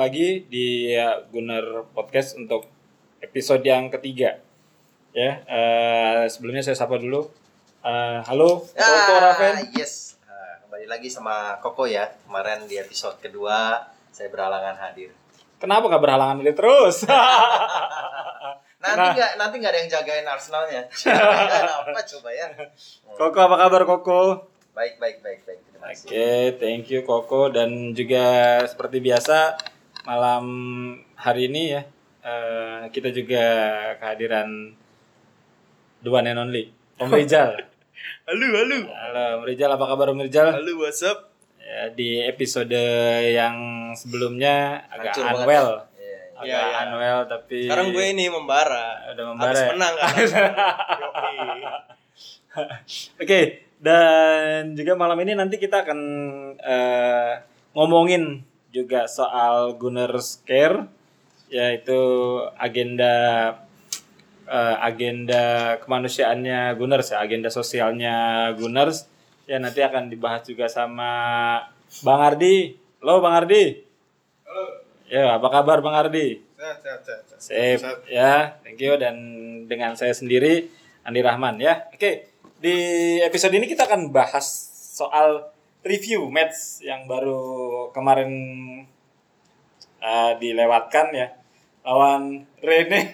lagi di Gunner Podcast untuk episode yang ketiga. Ya, sebelumnya saya sapa dulu. Halo, Koko Raven. Yes, kembali lagi sama Koko ya. Kemarin di episode kedua saya berhalangan hadir. Kenapa nggak berhalangan hadir terus? Nanti nggak ada yang jagain Arsenalnya. Apa coba ya? Koko, apa kabar Koko? Baik. Terima kasih. Oke, thank you Koko, dan juga seperti biasa malam hari ini ya kita juga kehadiran the one and only Om Rizal. Halo. Halo Om Rizal, apa kabar Om Rizal? Halo, what's up? Ya, di episode yang sebelumnya agak Hancur banget unwell. ya. Agak Iya. unwell tapi Sekarang gue ini membara. udah membara. Habis ya? menang kan? Yoi. Oke, dan juga malam ini nanti kita akan ngomongin juga soal Gunners Care, yaitu agenda kemanusiaannya Gunners ya, agenda sosialnya Gunners. Ya, nanti akan dibahas juga sama Bang Ardi. Halo Bang Ardi. Halo. Ya, apa kabar Bang Ardi? Sehat. Sip, ya, thank you. Dan dengan saya sendiri, Andi Rahman ya. Oke, di episode ini kita akan bahas soal review match yang baru kemarin dilewatkan ya, lawan Rene.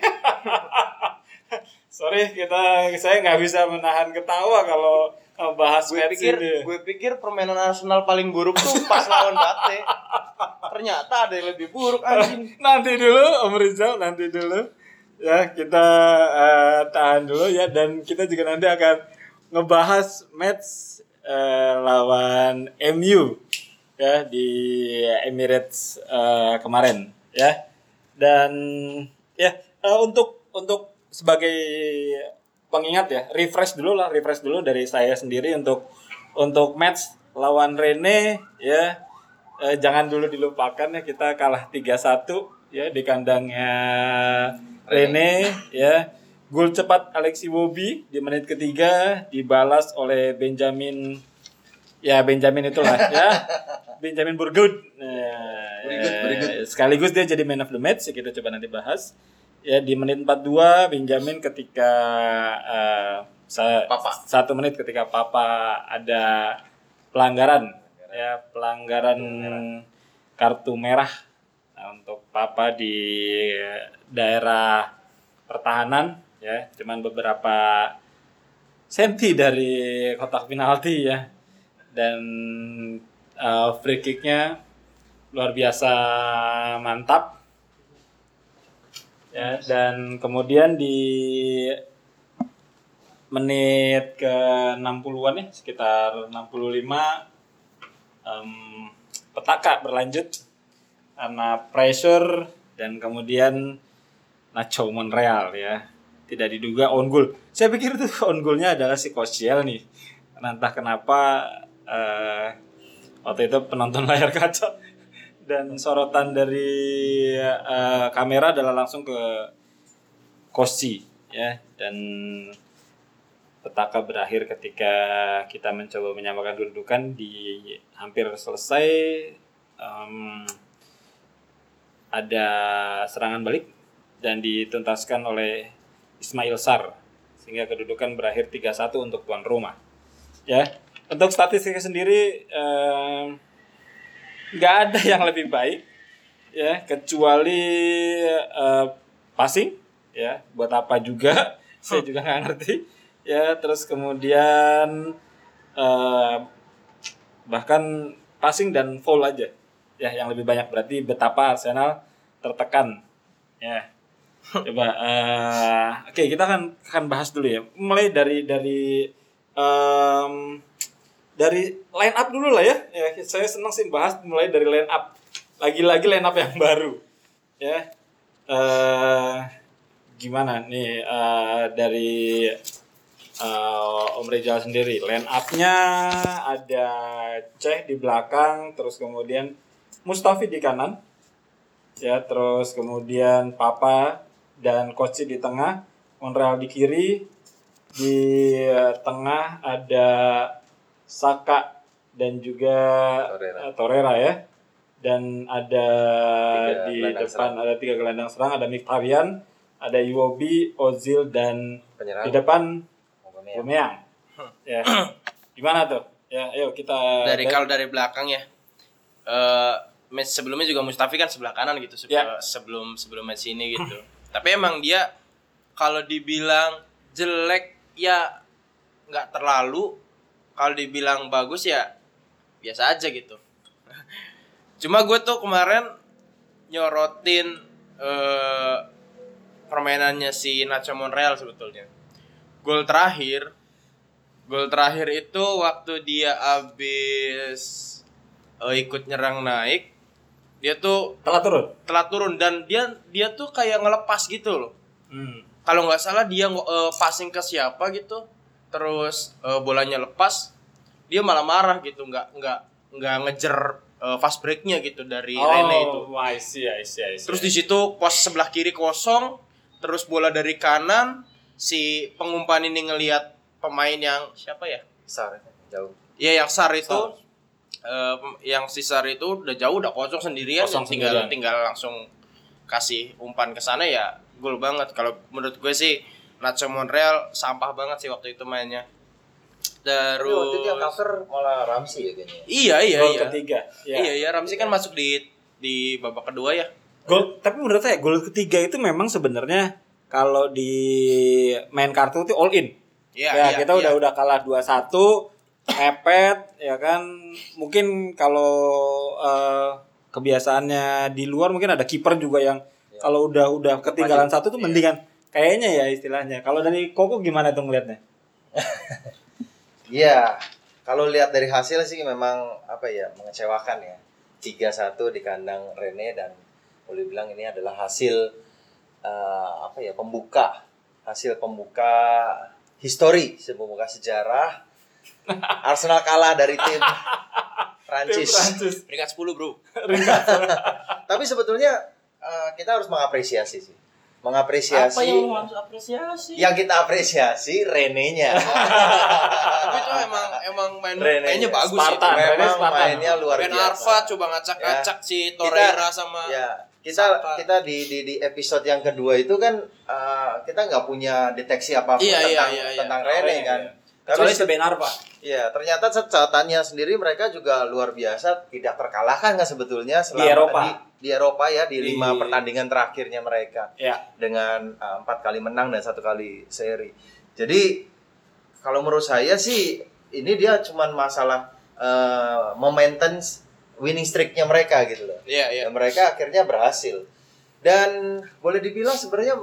Sorry, saya nggak bisa menahan ketawa kalau bahas match ini. Gue pikir permainan Arsenal paling buruk tuh pas lawan Bate. Ternyata ada yang lebih buruk anjing. Nanti dulu Om Rizal, nanti dulu. Ya, kita tahan dulu ya, dan kita juga nanti akan ngebahas match lawan MU ya di Emirates kemarin ya. Dan ya untuk sebagai pengingat ya, refresh dulu dari saya sendiri untuk match lawan Rene ya. Jangan dulu dilupakan ya, kita kalah 3-1 ya di kandangnya Rene ya. Gol cepat Alexi Wobi di menit ketiga dibalas oleh Benjamin itulah ya. Benjamin Burgood. Very good. Sekaligus dia jadi man of the match, kita coba nanti bahas. Ya, di menit 42 Benjamin ketika Papa. 1 menit ketika Papa ada pelanggaran kartu merah. Nah, untuk Papa di daerah pertahanan ya, cuman beberapa senti dari kotak penalti ya, dan free kicknya luar biasa mantap ya. Dan kemudian di menit ke 60-an ya, sekitar 65 petaka berlanjut karena pressure, dan kemudian Nacho Monreal ya tidak diduga on goal. Saya pikir itu on goalnya adalah si Koscielny nih. Entah kenapa waktu itu penonton layar kaca dan sorotan dari kamera adalah langsung ke Kosci ya, dan petaka berakhir ketika kita mencoba menyamakan kedudukan di hampir selesai. Ada serangan balik dan dituntaskan oleh Ismail Sarr sehingga kedudukan berakhir 3-1 untuk tuan rumah. Ya, untuk statistiknya sendiri nggak ada yang lebih baik ya, kecuali passing ya. Buat apa juga saya juga nggak ngerti ya. Terus kemudian bahkan passing dan foul aja ya yang lebih banyak, berarti betapa Arsenal tertekan ya. Coba oke, kita akan bahas dulu ya, mulai dari line up dulu lah ya. Saya senang sih bahas mulai dari line up, lagi-lagi line up yang baru ya. Gimana nih dari Om Rizal sendiri, line up-nya ada Cech di belakang, terus kemudian Mustafi di kanan ya, terus kemudian Papa dan Kosci di tengah, Monreal di kiri, di tengah ada Saka dan juga Torreira ya, dan ada di depan ada 3 gelandang serang, ada Mkhitaryan, ada Iwobi, Ozil, dan Penyerang. di depan Aubameyang. Aubameyang. Ya. Gimana tuh? Ya, ayo kita Kalau dari belakang ya. Match sebelumnya juga Mustafi kan sebelah kanan gitu sebelum match ini gitu. Tapi emang dia kalau dibilang jelek ya nggak terlalu, kalau dibilang bagus ya biasa aja gitu. Cuma gue tuh kemarin nyorotin permainannya si Nacho Monreal sebetulnya. Gol terakhir itu waktu dia abis ikut nyerang naik, dia tuh telat turun dan dia tuh kayak ngelepas gitu loh. Kalau nggak salah dia passing ke siapa gitu, terus bolanya lepas, dia malah marah gitu, nggak ngejer fast breaknya gitu dari Rene itu. I see. Terus di situ pos sebelah kiri kosong, terus bola dari kanan, si pengumpan ini ngelihat pemain yang siapa ya? Sar jauh. Iya yang Sar itu, yang si Sar itu udah jauh, udah kosong sendirian. Tinggal langsung kasih umpan ke sana ya gol banget. Kalau menurut gue sih Nacho Monreal sampah banget sih waktu itu mainnya. Terus waktu itu yang cover malah Ramsey ya kayaknya. Iya. Gol ketiga. Iya, Ramsey kan masuk di babak kedua ya. Tapi menurut saya gol ketiga itu memang sebenarnya kalau di main kartu itu all in. Kita udah kalah 2-1, mepet ya kan. Mungkin kalau kebiasaannya di luar mungkin ada kiper juga yang kalau udah ketinggalan satu tuh mendingan kayaknya ya istilahnya. Kalau dari Koko gimana tuh ngelihatnya? Iya, kalau lihat dari hasil sih memang mengecewakan ya. 3-1 di kandang Rene, dan boleh bilang ini adalah hasil pembuka histori, pembuka sejarah. Arsenal kalah dari tim Prancis. Peringkat 10, Bro. Tapi sebetulnya kita harus mengapresiasi sih. Apa yang harus apresiasi? Yang kita apresiasi Rene-nya. Tapi itu emang mainnya bagus sih. Memang mainnya luar Ben biasa. Arfa coba ngacak-ngacak si Torreira sama kita di episode yang kedua itu kan kita nggak punya deteksi apapun tentang Rene kan. Kecuali si Ben Arfa. Iya, ternyata catatannya sendiri mereka juga luar biasa, tidak terkalahkan kan sebetulnya selama di Eropa ya, di 5 pertandingan terakhirnya mereka. Ya. Dengan 4 kali menang dan 1 kali seri. Jadi kalau menurut saya sih ini dia cuman masalah maintenance winning streak-nya mereka gitu loh. Iya. Dan mereka akhirnya berhasil. Dan boleh dibilang sebenarnya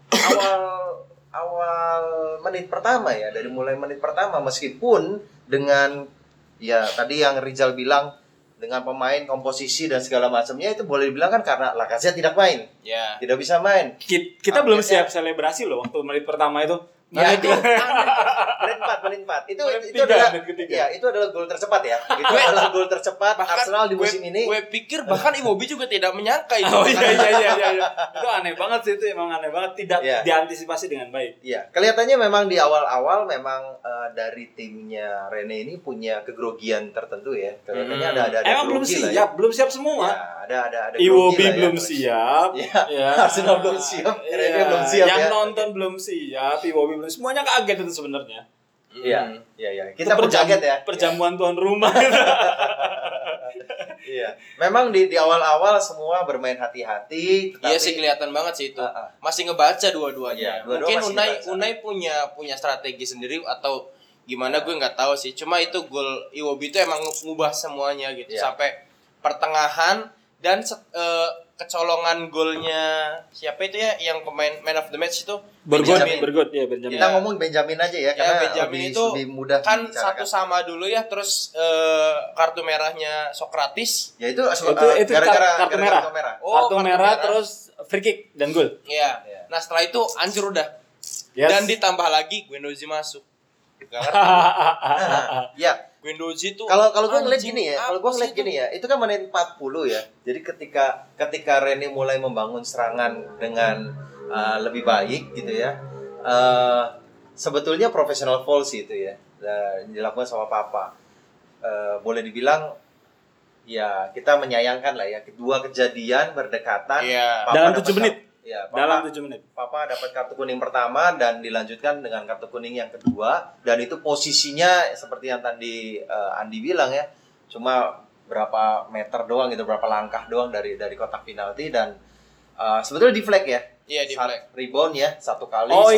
awal menit pertama ya, dari mulai menit pertama, meskipun dengan ya tadi yang Rizal bilang dengan pemain komposisi dan segala macamnya, itu boleh dibilang kan karena Lacazette tidak main. Tidak bisa main. Kita belum siap selebrasi loh waktu menit pertama itu. Menit 4. Itu adalah itu adalah gol tercepat ya. Itu adalah gol tercepat Arsenal di musim ini. Gue pikir bahkan Iwobi juga tidak menyangka itu. Oh iya. Itu aneh banget sih, itu emang aneh banget, tidak diantisipasi dengan baik. Iya, kelihatannya memang di awal-awal memang dari timnya Rene ini punya kegrogian tertentu ya. Kelihatannya ada emang belum siap semua. Ya, ada Iwobi belum siap. Ya. Arsenal belum siap, Rene belum siap yang nonton belum siap, Iwobi belum, semuanya kaget itu sebenarnya. Iya. Kita pun kaget ya. Perjamuan tuan rumah. Iya. Memang di awal-awal semua bermain hati-hati. Iya sih, kelihatan banget sih itu. Masih ngebaca dua-duanya. Mungkin Unai punya strategi sendiri atau gimana, gue nggak tahu sih. Cuma itu gol Iwobi itu emang ngubah semuanya gitu. Sampai pertengahan, dan kecolongan golnya siapa itu ya yang pemain man of the match itu? Benjamin. Kita ngomong Benjamin aja ya, karena Benjamin itu lebih mudah kan satu sama dulu ya, terus kartu merahnya Sokratis. Ya itu gara-gara kartu merah. Oh, kartu merah terus free kick dan gol. Iya. Nah, setelah itu hancur udah. Dan ditambah lagi Guendouzi masuk. Ya. Guendouzi tuh kalau gue ngeliat gini ya, itu kan menit 40 ya. Jadi ketika Rene mulai membangun serangan dengan lebih baik gitu ya. Sebetulnya professional foul sih itu ya. Dilakukan sama Papa. Boleh dibilang ya kita menyayangkan lah ya, kedua kejadian berdekatan. Iya. Papa Dalam dapat 7 menit. Ya, Dalam 7 menit. Papa dapat kartu kuning pertama dan dilanjutkan dengan kartu kuning yang kedua, dan itu posisinya seperti yang tadi Andi bilang ya, cuma berapa meter doang gitu, berapa langkah doang dari kotak penalti, dan sebetulnya di flag ya. Iya, di flag. Rebound ya satu kali, Oh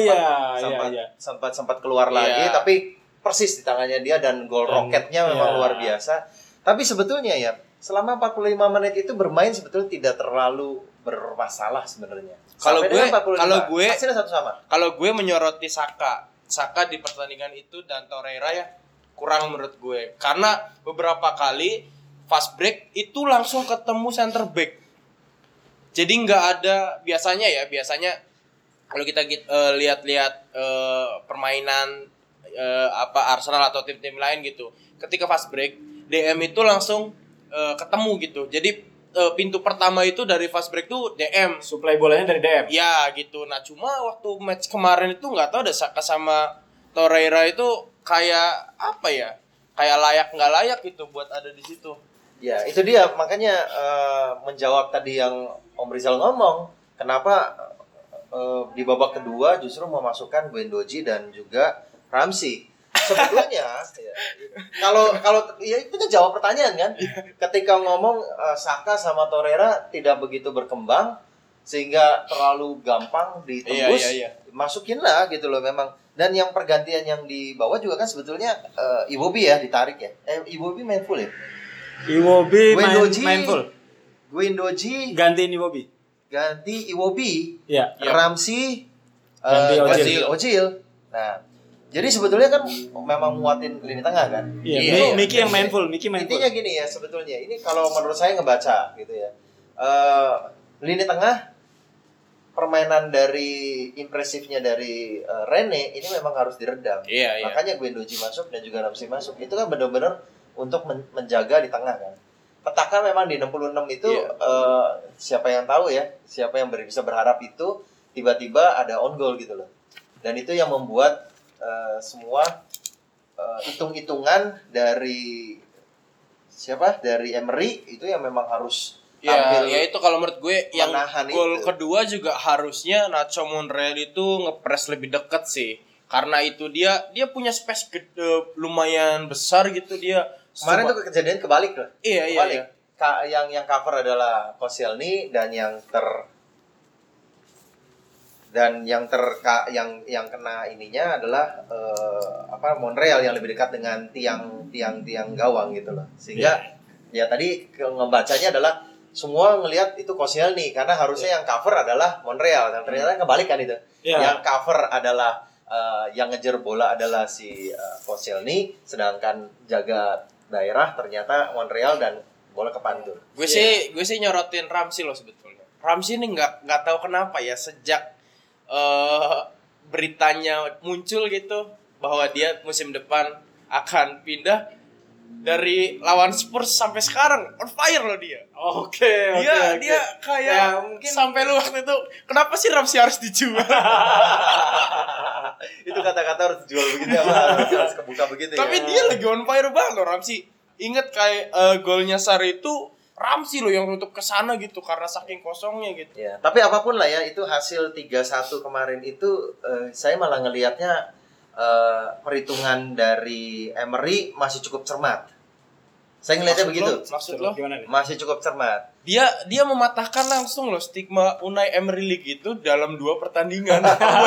sempat keluar lagi, tapi persis di tangannya dia, dan gol roketnya memang luar biasa. Tapi sebetulnya ya, selama 45 menit itu bermain sebetulnya tidak terlalu bermasalah sebenarnya. Kalau gue hasilnya satu sama. Kalau gue menyoroti Saka di pertandingan itu dan Torreira ya kurang menurut gue, karena beberapa kali fast break itu langsung ketemu center back. Jadi nggak ada biasanya kalau kita lihat-lihat permainan Arsenal atau tim-tim lain gitu, ketika fast break DM itu langsung ketemu gitu. Jadi pintu pertama itu dari fast break tuh DM, Suplai bolanya dari DM. ya gitu. Nah cuma waktu match kemarin itu nggak tahu ada Saka sama Torreira itu kayak apa ya, kayak layak nggak layak gitu buat ada di situ. Ya itu dia, makanya menjawab tadi yang Om Rizal ngomong, kenapa di babak kedua justru memasukkan Guendouzi dan juga Ramsey. Sebetulnya kalau ya itu kan jawab pertanyaan kan, ketika ngomong Saka sama Torreira tidak begitu berkembang sehingga terlalu gampang ditembus, masukinlah gitu loh memang. Dan yang pergantian yang di bawah juga kan sebetulnya Iwobi ya ditarik ya, Iwobi main full ya, Iwobi main full. Guendouzi Gantiin Iwobi. ganti Iwobi, Ya. Ramsey Ganti Ozil. Nah, jadi sebetulnya kan memang muatin lini tengah kan. Iya. Miki yang main full. Intinya gini ya sebetulnya. Ini kalau menurut saya ngebaca gitu ya. Lini tengah permainan dari impresifnya dari Rene ini memang harus diredam. Makanya Guendouzi masuk dan juga Ramsey masuk. Itu kan benar-benar untuk menjaga di tengah kan. Petaka memang di 66 itu siapa yang tahu ya, siapa yang bisa berharap itu tiba-tiba ada on goal gitu loh. Dan itu yang membuat semua hitung-hitungan dari Emery itu yang memang harus tampil. Ya itu kalau menurut gue yang gol itu. kedua juga harusnya Nacho Monreal itu ngepres lebih dekat sih. Karena itu dia punya space lumayan besar gitu dia. Kemarin tuh kejadian kebalik loh. Iya. Yang cover adalah Koscielny dan yang kena ininya adalah Monreal yang lebih dekat dengan tiang gawang gitu loh. Sehingga ya tadi ngebacanya adalah semua ngelihat itu Koscielny karena harusnya yang cover adalah Monreal, dan ternyata kebalik kan itu. Yang cover adalah yang ngejar bola adalah si Koscielny, sedangkan jaga daerah ternyata Monreal dan bola kepantur. Gue sih nyorotin Ramsey loh sebetulnya. Ramsey ini nggak tahu kenapa ya, sejak beritanya muncul gitu bahwa dia musim depan akan pindah, dari lawan Spurs sampai sekarang on fire loh dia. Oke. Dia kayak ya, mungkin sampai lu waktu itu kenapa sih Ramsey harus dijual? Itu kata-kata harus dijual begitu harus kebuka begitu. Tapi ya. dia lagi on fire banget loh Ramsey. Ingat kayak golnya Sarri itu Ramsey loh yang nutup ke sana gitu karena saking kosongnya gitu. Ya, tapi apapun lah ya, itu hasil 3-1 kemarin itu saya malah ngelihatnya perhitungan dari Emery masih cukup cermat. Saya ngelihatnya begitu. Maksud lo? Masih cukup cermat. Dia mematahkan langsung loh stigma Unai Emery League itu dalam 2 pertandingan.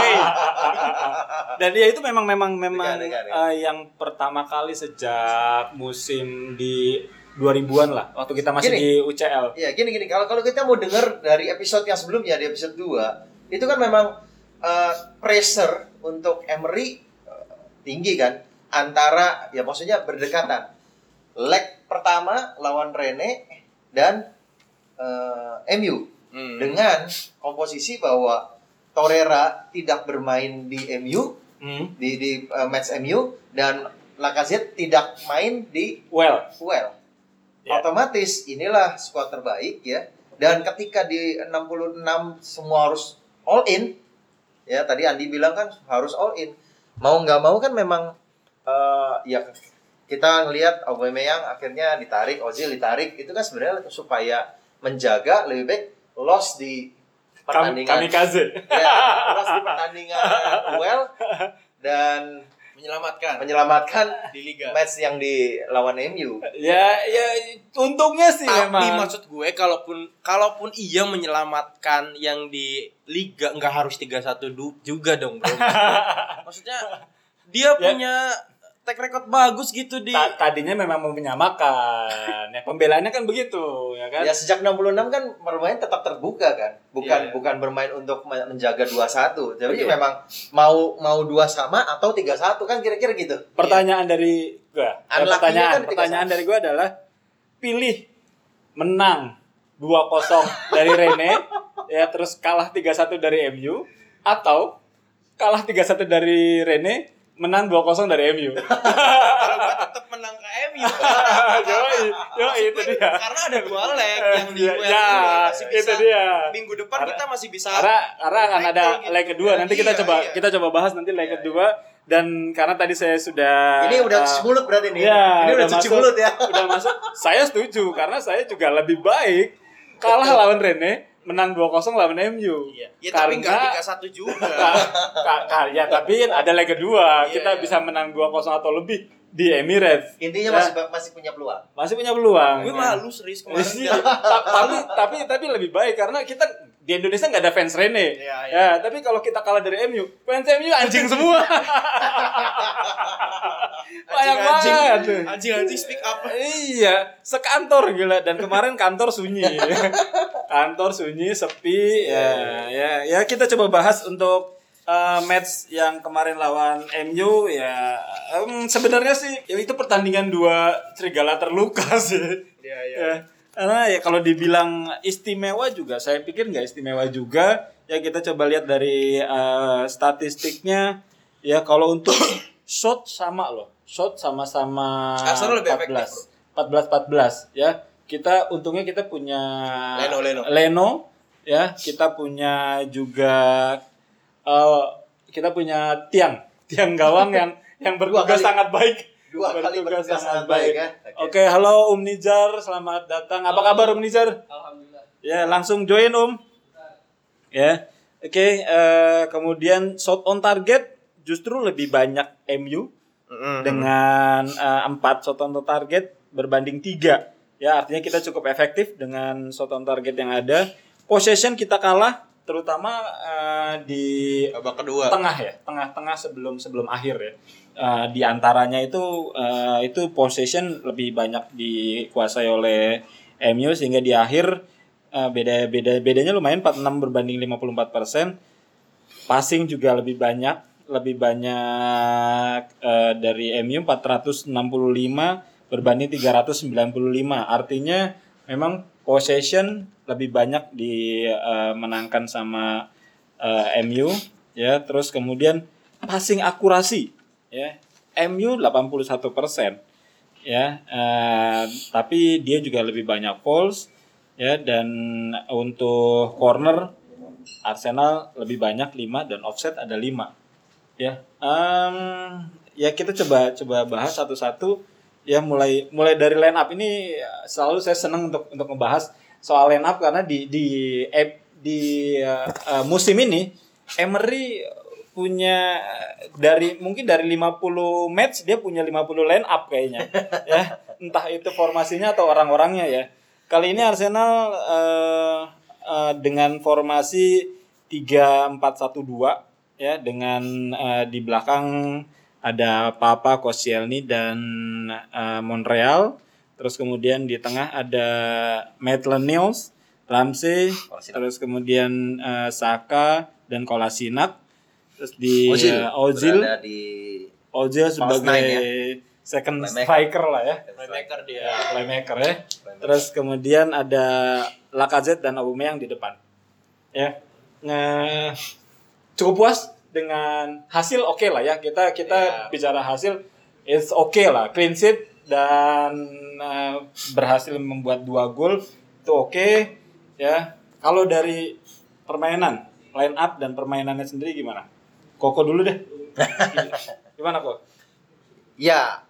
Dan dia itu memang yang pertama kali sejak musim di 2000-an lah, waktu kita masih di UCL. Iya, gini. Kalau kita mau dengar dari episode yang sebelumnya, di episode 2, itu kan memang pressure untuk Emery tinggi kan, antara ya maksudnya berdekatan. Leg pertama lawan Rene dan MU dengan komposisi bahwa Torreira tidak bermain di MU di match MU dan Lacazette tidak main di Well. Yeah. Otomatis inilah skuad terbaik ya. Dan ketika di 66 semua harus all in. Ya, tadi Andi bilang kan harus all in. Mau nggak mau kan memang ya kita ngelihat Aubameyang akhirnya ditarik, Ozil ditarik, itu kan sebenarnya supaya menjaga lebih baik loss di pertandingan kamikaze. Ya, loss di pertandingan duel dan menyelamatkan di liga. match yang di lawan MU. Ya untungnya sih Tapi memang. maksud gue kalaupun ia menyelamatkan yang di liga nggak harus 3-1 juga dong, bro. Maksudnya dia punya track record bagus gitu di Tadinya memang mau menyamakan. Ya pembelaannya kan begitu, ya kan? Ya sejak 66 kan bermain tetap terbuka kan. Bukan bermain untuk menjaga 2-1. Jadi memang mau 2 sama atau 3-1 kan kira-kira gitu. Pertanyaan dari gua. Pertanyaan dari gua adalah pilih menang 2-0 dari Rene ya terus kalah 3-1 dari MU atau kalah 3-1 dari Rene menang 2-0 dari MU. Kalau gue tetap menang ke MU. Yo itu dia. Karena ada 2 leg yang di UEL masih bisa. Itu dia. Minggu depan kita masih bisa. Karena akan ada gitu. leg kedua. Nanti kita coba bahas nanti leg kedua. Dan karena tadi saya sudah ini udah cuci mulut berarti nih. Ya, ini udah cuci mulut ya. Udah masuk. Saya setuju karena saya juga lebih baik kalah lawan Rene menang 2-0 lawan MU. Iya. Ya tapi enggak 3-1 juga. Ya tapi ada leg kedua. Kita bisa menang 2-0 atau lebih di Emirates. Intinya masih punya peluang. Masih punya peluang. Gue malu serius kemarin. tapi lebih baik karena kita di Indonesia nggak ada fans Rene. Ya, tapi kalau kita kalah dari MU, fans MU anjing semua. Banyak banget. Anjing speak up. Iya, sekantor gila dan kemarin kantor sunyi. Kantor sunyi, sepi. Ya kita coba bahas untuk match yang kemarin lawan MU ya. Sebenarnya sih ya itu pertandingan 2 serigala terluka sih. Ya. Karena ya kalau dibilang istimewa juga, saya pikir nggak istimewa juga. Ya kita coba lihat dari statistiknya. Ya kalau untuk shot sama loh. Shot sama-sama Arsenal lebih 14 ya. Untungnya kita punya Leno ya. Kita punya juga kita punya tiang gawang yang bertugas sangat baik. Bertugas sangat baik ya. Oke, halo Nijar, selamat datang. Apa kabar Nijar? Alhamdulillah. Ya, langsung join Ya. Oke, kemudian shot on target justru lebih banyak MU dengan 4 shot on target berbanding 3. Ya, artinya kita cukup efektif dengan shot on target yang ada. Possession kita kalah terutama di babak kedua. Tengah sebelum akhir ya. Di antaranya itu possession lebih banyak dikuasai oleh MU sehingga di akhir bedanya lumayan 46 berbanding 54%. Passing juga lebih banyak dari MU 465 berbanding 395. Artinya memang possession lebih banyak dimenangkan sama MU ya. Terus kemudian passing akurasi ya, MU 81% ya, tapi dia juga lebih banyak falls ya, dan untuk corner Arsenal lebih banyak 5 dan offset ada 5 ya. Ya kita coba bahas satu-satu ya, mulai dari line up ini. Selalu saya senang untuk ngebahas soal line up karena di musim ini Emery punya mungkin dari 50 match dia punya 50 line up kayaknya ya, entah itu formasinya atau orang-orangnya ya. Kali ini Arsenal dengan formasi 3-4-1-2 ya, dengan di belakang ada Papa, Koscielny dan Monreal. Terus kemudian di tengah ada Maitland-Niles, Ramsey, terus kemudian Saka dan Kolasinac. Terus di Ozil sebagai second striker lah ya. Playmaker ya. Terus kemudian ada Lacazette dan Aubameyang di depan. Ya. Cukup puas dengan hasil, oke lah ya. Kita bicara hasil it's okay lah. Clean sheet dan berhasil membuat 2 gol itu oke ya. Kalau dari permainan, line up dan permainannya sendiri gimana? Koko dulu deh. Gimana kok? Ya,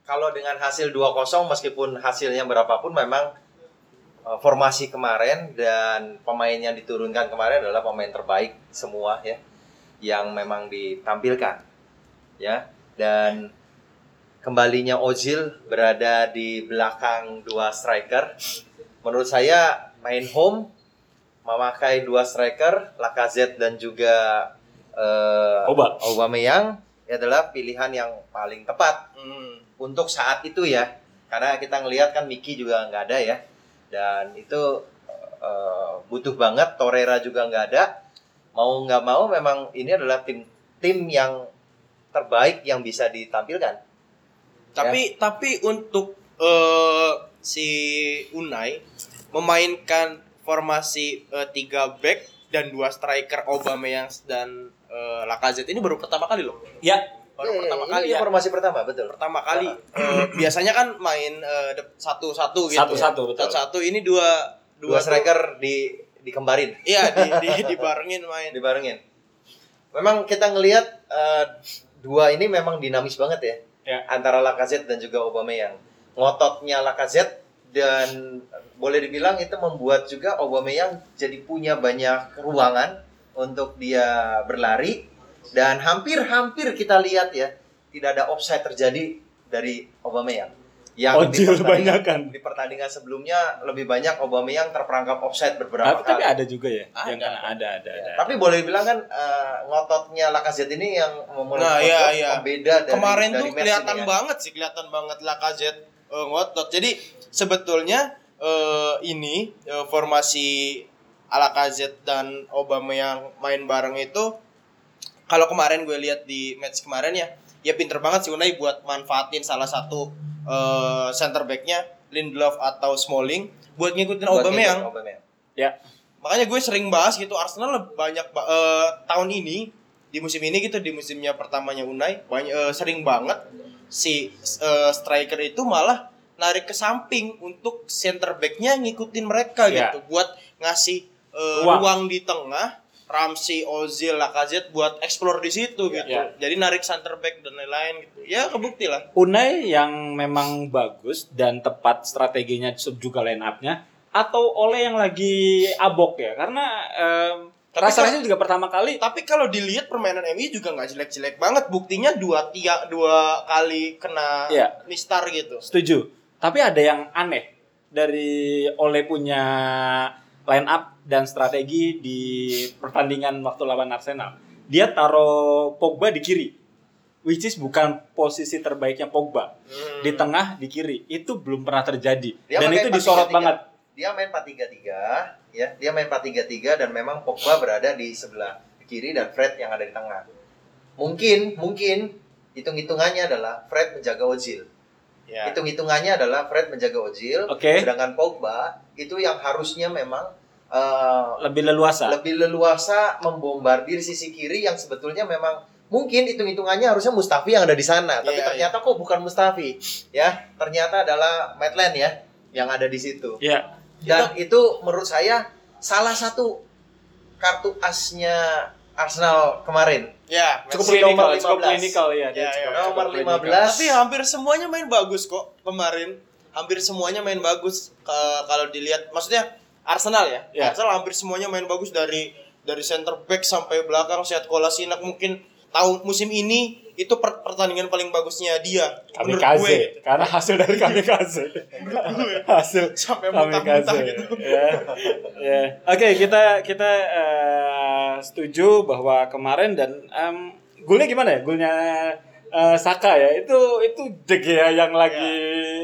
kalau dengan hasil 2-0 meskipun hasilnya berapapun memang formasi kemarin dan pemain yang diturunkan kemarin adalah pemain terbaik semua ya yang memang ditampilkan ya. Dan kembalinya Ozil berada di belakang dua striker. Menurut saya main home memakai dua striker, Lacazette dan juga Aubameyang adalah pilihan yang paling tepat untuk saat itu ya. Karena kita ngelihat kan Miki juga nggak ada ya. Dan itu butuh banget, Torreira juga nggak ada. Mau nggak mau memang ini adalah tim yang terbaik yang bisa ditampilkan. Tapi untuk si Unai memainkan formasi 3 back dan 2 striker Aubameyang dan Lacazette ini baru pertama kali loh. Ya, Pertama kali ini ya. formasi pertama, betul. Pertama kali. Biasanya kan main satu-satu gitu. Satu-satu, betul. Satu ini dua striker dikembarin. Iya, dibarengin main. Dibarengin. Memang kita ngelihat dua ini memang dinamis banget ya. Ya. Antara Lacazette dan juga Aubameyang. Ngototnya Lacazette dan boleh dibilang itu membuat juga Aubameyang jadi punya banyak ruangan untuk dia berlari dan hampir kita lihat ya tidak ada offside terjadi dari Aubameyang. Yang di pertandingan sebelumnya lebih banyak Aubameyang terperangkap offside beberapa kali. Tapi ada juga ya yang kena ada. Tapi boleh dibilang kan ngototnya Lacazette ini yang membeda dari kemarin dari tuh kelihatan ya. kelihatan banget Lacazette ngotot. Jadi sebetulnya formasi Lacazette dan Aubameyang main bareng itu kalau kemarin gue lihat di match kemarin ya pinter banget sih Unai buat manfaatin salah satu center back-nya Lindelof atau Smalling buat ngikutin Aubameyang. Ya. Makanya gue sering bahas gitu Arsenal banyak tahun ini di musim ini gitu di musimnya pertamanya Unai sering banget si striker itu malah narik ke samping untuk center back-nya ngikutin mereka gitu buat ngasih ruang di tengah Ramsey, Ozil, Lacazette buat explore di situ gitu. Jadi narik center back dan lain-lain gitu. Ya kebukti lah. Unai yang memang bagus dan tepat strateginya juga line up-nya atau Ole yang lagi abok ya karena rasanya juga pertama kali. Tapi kalau dilihat permainan MU juga nggak jelek-jelek banget. Buktinya dua kali kena mistar gitu. Setuju. Tapi ada yang aneh dari Ole punya line up dan strategi di pertandingan waktu lawan Arsenal. Dia taruh Pogba di kiri. Which is bukan posisi terbaiknya Pogba. Di tengah, di kiri. Itu belum pernah terjadi. Dan itu disorot banget. Dia main 4-3-3 ya. Dia main 4-3-3 dan memang Pogba berada di sebelah kiri dan Fred yang ada di tengah. Mungkin hitung-hitungannya adalah Fred menjaga Ozil. Hitung-hitungannya adalah Fred menjaga Ozil, sedangkan Pogba itu yang harusnya memang lebih leluasa membombardir sisi kiri yang sebetulnya memang mungkin hitung-hitungannya harusnya Mustafi yang ada di sana, tapi ternyata kok bukan Mustafi ya, ternyata adalah Maitland ya yang ada di situ. Dan itu menurut saya salah satu kartu asnya Arsenal kemarin. Cukup klinikal ya. Nomor 15. Tapi hampir semuanya main bagus kok kemarin. Hampir semuanya main bagus kalau dilihat. Maksudnya Arsenal ya. Arsenal hampir semuanya main bagus dari center back sampai belakang. Seat Kolasinac mungkin tahun musim ini itu pertandingan paling bagusnya dia. Kamikaze. Karena hasil dari Kamikaze. Hasil sampai muntah-muntah gitu. Oke, kita setuju bahwa kemarin dan golnya gimana ya? Golnya Saka ya. Itu De Gea yang lagi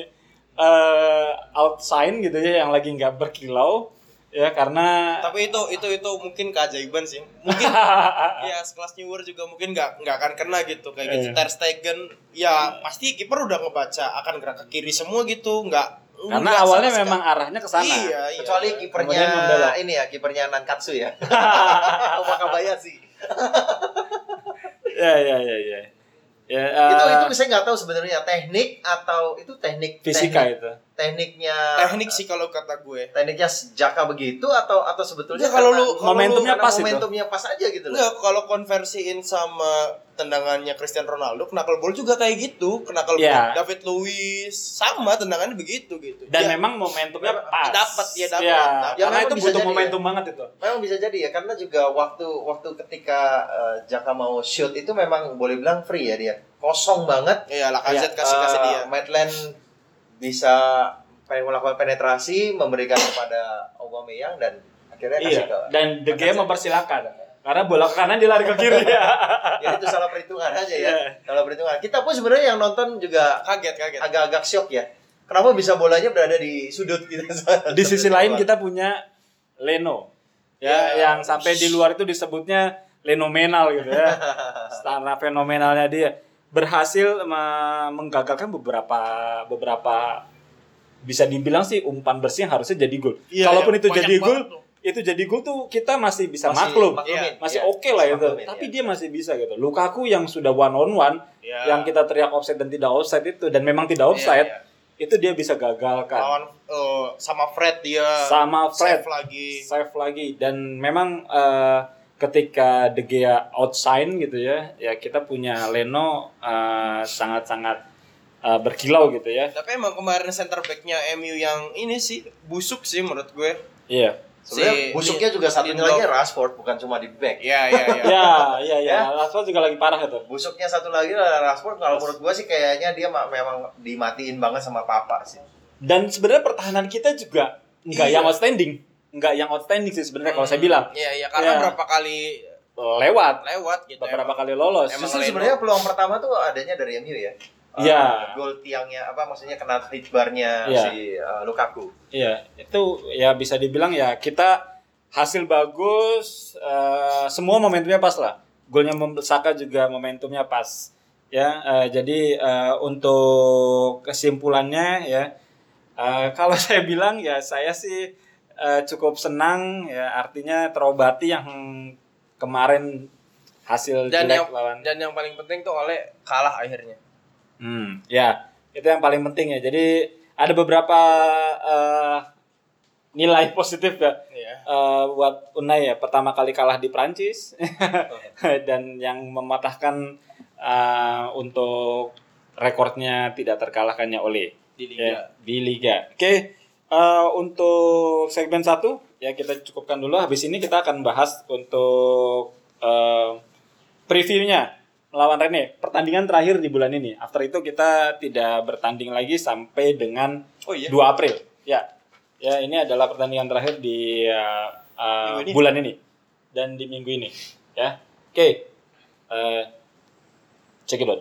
outshine gitu ya, yang lagi nggak berkilau ya karena. Tapi itu mungkin keajaiban sih. Mungkin ya sekelas Neuer juga mungkin nggak akan kena gitu kayak gitu. Ter Stegen ya pasti kiper udah ngebaca akan gerak ke kiri semua gitu, karena awalnya memang arahnya ke sana. Iya. Kecuali kipernya ini ya, kipernya Nankatsu ya. Wakabayashi. Ya. Itu saya nggak tahu sebenarnya teknik atau itu teknik fisika itu. Teknik sih kalau kata gue. Tekniknya Jaka begitu atau sebetulnya Nggak, kalau momentumnya pas itu. momentumnya pas aja gitu loh. Enggak, kalau konversiin sama tendangannya Cristiano Ronaldo, knuckleball juga kayak gitu. Knuckleball Iya. David Luiz sama tendangannya begitu gitu. Dan Ya, memang momentumnya pas. dapat. Ya, Karena memang itu bisa butuh jadi momentum banget itu. Memang bisa jadi ya, karena juga waktu ketika Jaka mau shoot itu memang boleh bilang free ya dia. Kosong banget. Iya, Lacazette kasih dia. Maitland bisa melakukan penetrasi, memberikan kepada Aubameyang dan akhirnya kasih ke. Dan De Gea mempersilakan. Karena bola ke kanan dia lari ke kiri ya. Ya itu salah perhitungan aja ya. Iya. Salah perhitungan. Kita pun sebenarnya yang nonton juga Kaget. agak-agak shock ya. Kenapa bisa bolanya berada di sudut gitu. Di sisi lain kita punya Leno. Ya, yang sampai di luar itu disebutnya fenomenal gitu ya. Secara fenomenalnya dia berhasil menggagalkan beberapa bisa dibilang sih umpan bersih yang harusnya jadi gol. Iya, Kalaupun itu banyak jadi gol, banget tuh. itu jadi gol tuh kita masih bisa maklum. Masih oke lah itu. maklumin, Tapi iya. dia masih bisa gitu. Lukaku yang sudah one on one, Iya. yang kita teriak offside dan tidak offside itu, dan memang tidak offside, Iya. itu dia bisa gagalkan. Lawan sama Fred dia. Sama Fred Save lagi. lagi, dan memang ketika De Gea outshine gitu ya kita punya Leno sangat-sangat berkilau gitu ya. Tapi emang kemarin center back-nya MU yang ini sih busuk sih menurut gue. Iya. Sebenarnya busuknya juga satunya Lindelof. lagi Rashford, bukan cuma di back. Iya. Iya. Ya. Rashford juga lagi parah itu. Busuknya satu lagi adalah Rashford. Kalau menurut gua sih kayaknya dia memang dimatiin banget sama Papa sih. Dan sebenarnya pertahanan kita juga nggak Iya. yang outstanding. Nggak yang outstanding sih sebenarnya kalau saya bilang. Iya, karena Iya. berapa kali Lewat gitu. beberapa emang. kali lolos. Emang Justru Leno. sebenarnya peluang pertama tuh adanya dari MU ya. Iya. Gol tiangnya maksudnya kena hit bar-nya Iya. si Lukaku. Iya, itu ya bisa dibilang ya kita hasil bagus, semua momentumnya pas lah. Golnya Saka juga momentumnya pas. Ya, jadi untuk kesimpulannya ya, kalau saya bilang ya saya sih cukup senang ya, artinya terobati yang kemarin hasil jelek lawan. Dan yang paling penting tuh oleh kalah akhirnya. Ya itu yang paling penting ya. Jadi ada beberapa nilai positif ya. Iya. Buat Unai ya, pertama kali kalah di Prancis dan yang mematahkan untuk rekornya tidak terkalahkannya oleh Di Liga. di Liga. Oke, untuk segmen 1 ya kita cukupkan dulu. Habis ini kita akan bahas untuk previewnya melawan Rene, pertandingan terakhir di bulan ini. After itu kita tidak bertanding lagi sampai dengan 2 April. Ya, ini adalah pertandingan terakhir di bulan ini dan di minggu ini. Ya, oke. Check it out.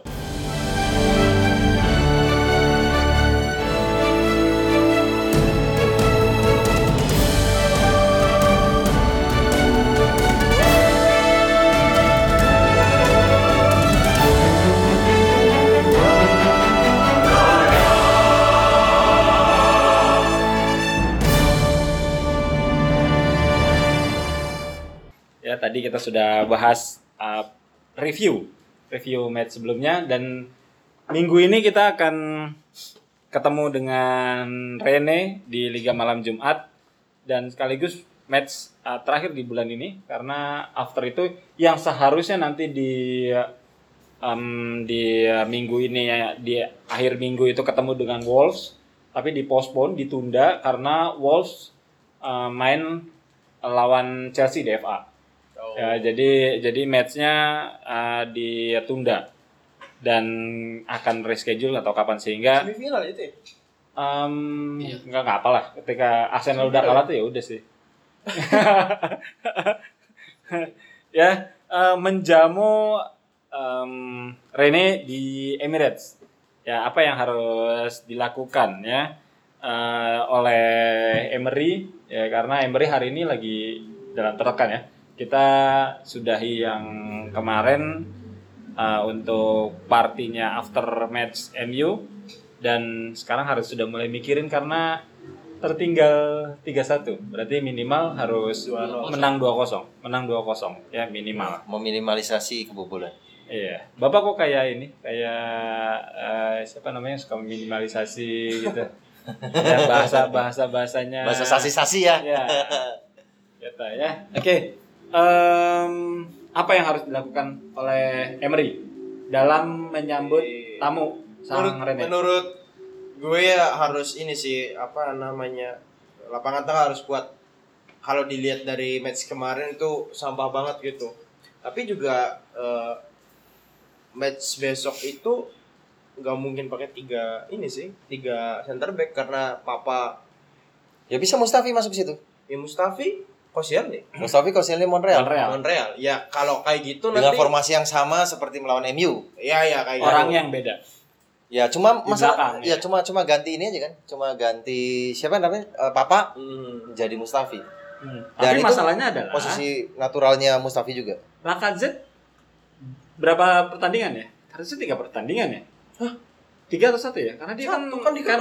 Ya, tadi kita sudah bahas review match sebelumnya, dan minggu ini kita akan ketemu dengan Rene di Liga Malam Jumat dan sekaligus match terakhir di bulan ini, karena after itu yang seharusnya nanti di minggu ini ya, di akhir minggu itu ketemu dengan Wolves, tapi dipospon, ditunda karena Wolves main lawan Chelsea di FA. Ya, jadi matchnya ditunda dan akan reschedule atau kapan, sehingga Semifinal itu ya? nggak apalah, ketika Arsenal udah kalah tuh ya udah sih. Ya, menjamu Rene di Emirates. Ya, apa yang harus dilakukan ya oleh Emery ya, karena Emery hari ini lagi dalam tertekan ya. Kita sudahi yang kemarin untuk partinya after match MU, dan sekarang harus sudah mulai mikirin karena tertinggal 3-1. Berarti minimal harus menang 2-0 ya, minimal. Meminimalisasi kebobolan. Iya. Bapak kok kayak ini, kayak siapa namanya, suka meminimalisasi gitu. Dan bahasanya Bahasa sasi-sasi ya. ya kita ya. Oke. Apa yang harus dilakukan oleh Emery dalam menyambut tamu sang Rene? Menurut gue ya harus ini sih, apa namanya, lapangan tengah harus kuat. Kalau dilihat dari match kemarin itu sampah banget gitu. Tapi juga match besok itu nggak mungkin pakai tiga center back karena Papa Ya bisa Mustafi masuk situ. ya Mustafi Koscielny. Mustafi Koscielny Montreal. Montreal. Ya kalau kayak gitu Dengan nanti formasi yang sama seperti melawan MU. ya kayak Orangnya gitu. yang beda. Ya cuma Di masalah belakang, ya cuma ganti ini aja kan. Cuma ganti siapa namanya? Papa jadi Mustafi. Dan Tapi itu masalahnya adalah posisi naturalnya Mustafi juga. Lacazette berapa pertandingan ya? Harusnya 3 pertandingan ya? Hah? 3 atau 1 ya? Karena dia Satu, kan kan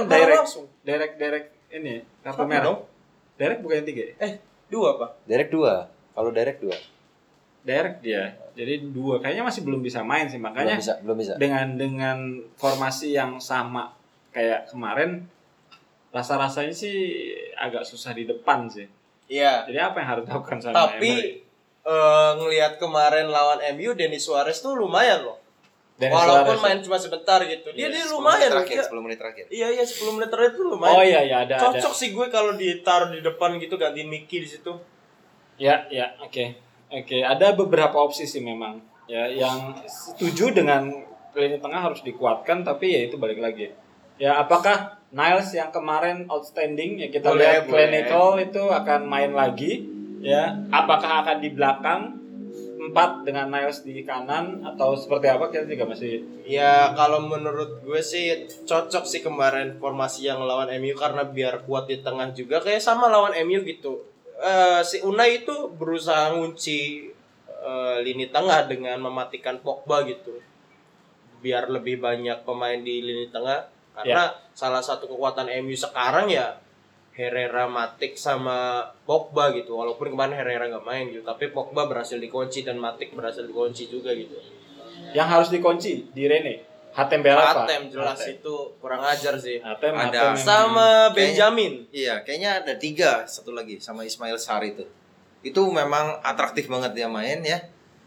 direct ini kartu Satu merah. dong. Direct bukan yang 3 ya? Dua Pak. Direct 2. Kalau direct 2. Direct dia. Jadi 2 kayaknya masih belum bisa main sih, makanya Belum bisa. dengan formasi yang sama kayak kemarin rasa-rasanya sih agak susah di depan sih. Iya. Jadi apa yang harus dilakukan sama Emery? Tapi ngelihat kemarin lawan MU, Denis Suarez tuh lumayan loh. Denis Walaupun Suarez, main cuma sebentar gitu. Dia 10 lumayan loh. menit terakhir, 10 menit terakhir. Iya 10 menit terakhir tuh lumayan. Oh iya ada. Cocok sih gue kalau ditaruh di depan gitu, gantiin Mickey di situ. Ya, oke. Ada beberapa opsi sih memang. Ya, yang setuju dengan lini tengah harus dikuatkan, tapi ya itu balik lagi. Ya, apakah Niles yang kemarin outstanding ya kita Boleh, lihat clinical itu akan main lagi? Ya, apakah akan di belakang 4 dengan Niles di kanan atau seperti apa, kita juga masih Ya kalau menurut gue sih cocok sih kemarin formasi yang lawan MU karena biar kuat di tengah juga kayak sama lawan MU gitu. Si Unai itu berusaha ngunci lini tengah dengan mematikan Pogba gitu. Biar lebih banyak pemain di lini tengah karena salah satu kekuatan MU sekarang ya Herrera, Matic sama Pogba gitu. Walaupun kemarin Herrera nggak main gitu, tapi Pogba berhasil dikunci dan Matic berhasil dikunci juga gitu. yang harus dikunci di Rene. Hatem Berapa? Hatem jelas itu kurang ajar sih. Hatem Ada. Sama Benjamin. Iya, kayaknya ada 3, satu lagi sama Ismail Sarr itu. Itu memang atraktif banget dia main ya.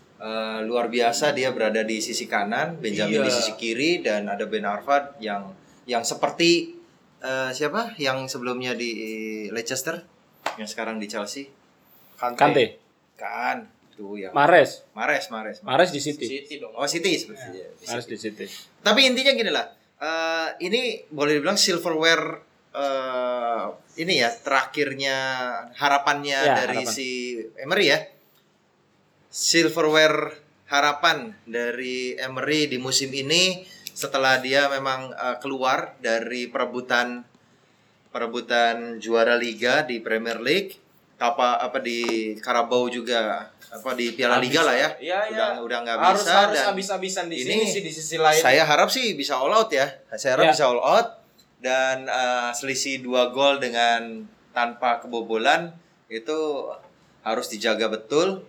Luar biasa dia berada di sisi kanan, Benjamin di sisi kiri, dan ada Ben Arfa yang seperti siapa yang sebelumnya di Leicester, yang sekarang di Chelsea. Kante. Kan itu ya. Mahrez di City. City dong. Oh, City sepertinya. Mahrez di City. Tapi intinya gini lah, ini boleh dibilang silverware ini ya terakhirnya harapannya dari harapan. si Emery ya. Silverware harapan dari Emery di musim ini setelah dia memang keluar dari perebutan juara liga di Premier League, apa di Carabao juga, apa di Piala Liga lah ya. Iya. Udah nggak Harus bisa dan habis-habisan di ini sini sih di sisi lain. saya harap sih bisa all out ya. Saya harap Ya. bisa all out dan selisih 2 gol dengan tanpa kebobolan itu harus dijaga betul.